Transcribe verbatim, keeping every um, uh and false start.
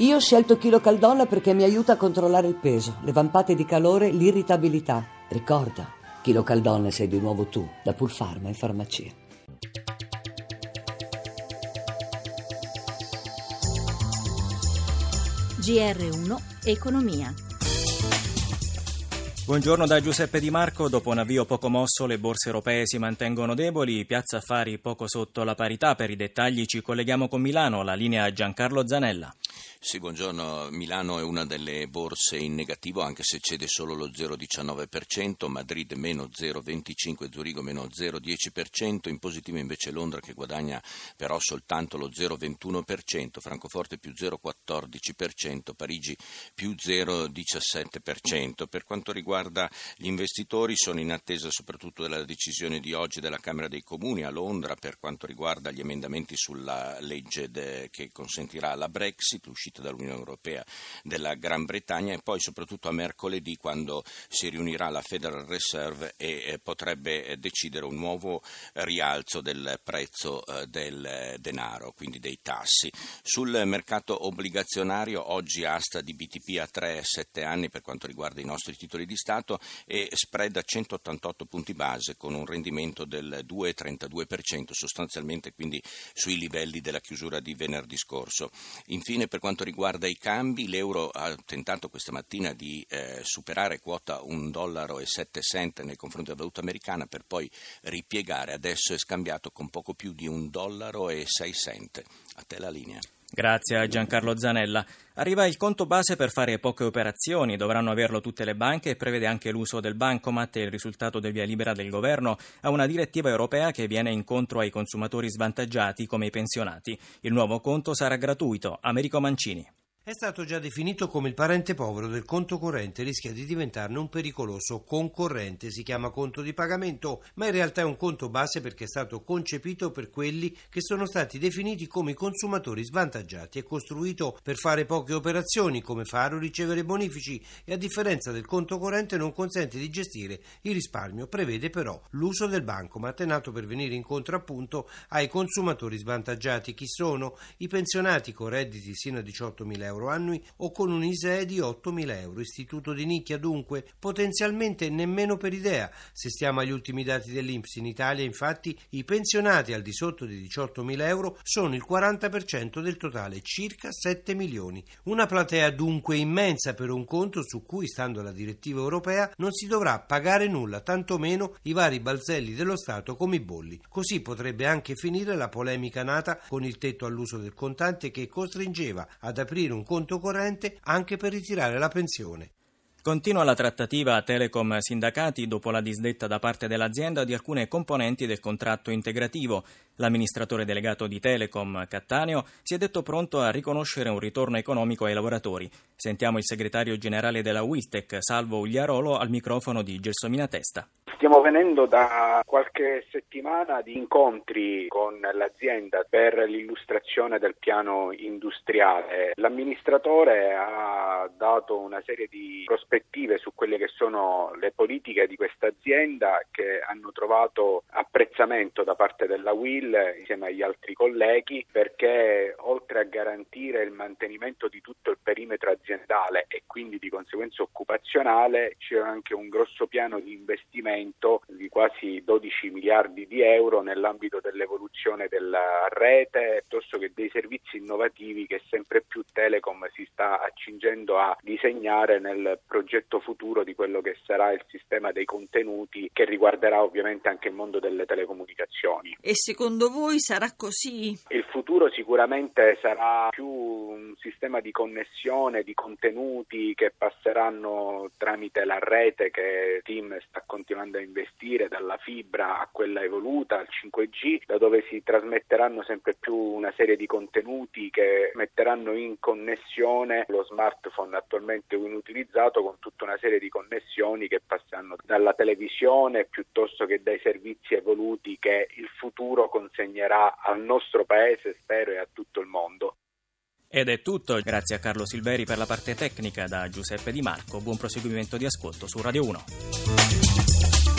Io ho scelto KiloCaldon perché mi aiuta a controllare il peso, le vampate di calore, l'irritabilità. Ricorda, KiloCaldon sei di nuovo tu, da Pulpharma in farmacia. G R uno Economia. Buongiorno da Giuseppe Di Marco. Dopo un avvio poco mosso, le borse europee si mantengono deboli, Piazza Affari poco sotto la parità. Per i dettagli ci colleghiamo con Milano, la linea Giancarlo Zanella. Sì, buongiorno. Milano è una delle borse in negativo, anche se cede solo lo zero virgola diciannove per cento, Madrid meno zero virgola venticinque per cento, Zurigo meno zero virgola dieci per cento, in positivo invece Londra che guadagna però soltanto lo zero virgola ventuno per cento, Francoforte più zero virgola quattordici per cento, Parigi più zero virgola diciassette per cento. Per quanto riguarda gli investitori, sono in attesa soprattutto della decisione di oggi della Camera dei Comuni a Londra per quanto riguarda gli emendamenti sulla legge de- che consentirà la Brexit, l'uscita dall'Unione Europea della Gran Bretagna, e poi soprattutto a mercoledì quando si riunirà la Federal Reserve e eh, potrebbe eh, decidere un nuovo rialzo del prezzo eh, del denaro, quindi dei tassi. Sul mercato obbligazionario oggi asta di B T P a tre e sette anni per quanto riguarda i nostri titoli di Stato e spread a centottantotto punti base con un rendimento del due virgola trentadue per cento, sostanzialmente quindi sui livelli della chiusura di venerdì scorso. Infine, per quanto riguarda i cambi, l'euro ha tentato questa mattina di eh, superare quota un dollaro e sette cent nei confronti della valuta americana per poi ripiegare, adesso è scambiato con poco più di un dollaro e sei cent. A te la linea. Grazie a Giancarlo Zanella. Arriva il conto base per fare poche operazioni, dovranno averlo tutte le banche e prevede anche l'uso del bancomat e il risultato del via libera del governo a una direttiva europea che viene incontro ai consumatori svantaggiati come i pensionati. Il nuovo conto sarà gratuito. Americo Mancini. È stato già definito come il parente povero del conto corrente e rischia di diventarne un pericoloso concorrente. Si chiama conto di pagamento, ma in realtà è un conto base perché è stato concepito per quelli che sono stati definiti come i consumatori svantaggiati. È costruito per fare poche operazioni, come fare o ricevere bonifici, e a differenza del conto corrente non consente di gestire il risparmio. Prevede però l'uso del bancomat. È nato per venire incontro appunto ai consumatori svantaggiati. Chi sono? I pensionati con redditi sino a diciottomila euro annui o con un I S E E di ottomila euro. Istituto di nicchia dunque, potenzialmente nemmeno per idea. Se stiamo agli ultimi dati dell'I N P S, in Italia infatti i pensionati al di sotto di diciottomila euro sono il quaranta per cento del totale, circa sette milioni. Una platea dunque immensa per un conto su cui, stando alla direttiva europea, non si dovrà pagare nulla, tantomeno i vari balzelli dello Stato come i bolli. Così potrebbe anche finire la polemica nata con il tetto all'uso del contante che costringeva ad aprire un conto corrente anche per ritirare la pensione. Continua la trattativa a Telecom sindacati dopo la disdetta da parte dell'azienda di alcune componenti del contratto integrativo. L'amministratore delegato di Telecom, Cattaneo, si è detto pronto a riconoscere un ritorno economico ai lavoratori. Sentiamo il segretario generale della Wiltec, Salvo Ugliarolo, al microfono di Gelsomina Testa. Stiamo venendo da qualche settimana di incontri con l'azienda per l'illustrazione del piano industriale. L'amministratore ha dato una serie di prospettive su quelle che sono le politiche di questa azienda che hanno trovato apprezzamento da parte della U I L insieme agli altri colleghi, perché oltre a garantire il mantenimento di tutto il perimetro aziendale e quindi di conseguenza occupazionale, c'è anche un grosso piano di investimento di quasi dodici miliardi di euro nell'ambito dell'evoluzione della rete piuttosto che dei servizi innovativi che sempre più Telecom si sta accingendo a disegnare nel progetto futuro di quello che sarà il sistema dei contenuti, che riguarderà ovviamente anche il mondo delle telecomunicazioni. E secondo voi sarà così? Il futuro sicuramente sarà più un sistema di connessione di contenuti che passeranno tramite la rete che TIM sta continuando a investire, dalla fibra a quella evoluta, al cinque G, da dove si trasmetteranno sempre più una serie di contenuti che metteranno in connessione lo smartphone attualmente inutilizzato con tutta una serie di connessioni che passeranno dalla televisione piuttosto che dai servizi evoluti che il futuro consegnerà al nostro paese, spero, e a tutto il mondo. Ed è tutto, grazie a Carlo Silveri per la parte tecnica, da Giuseppe Di Marco. Buon proseguimento di ascolto su Radio uno.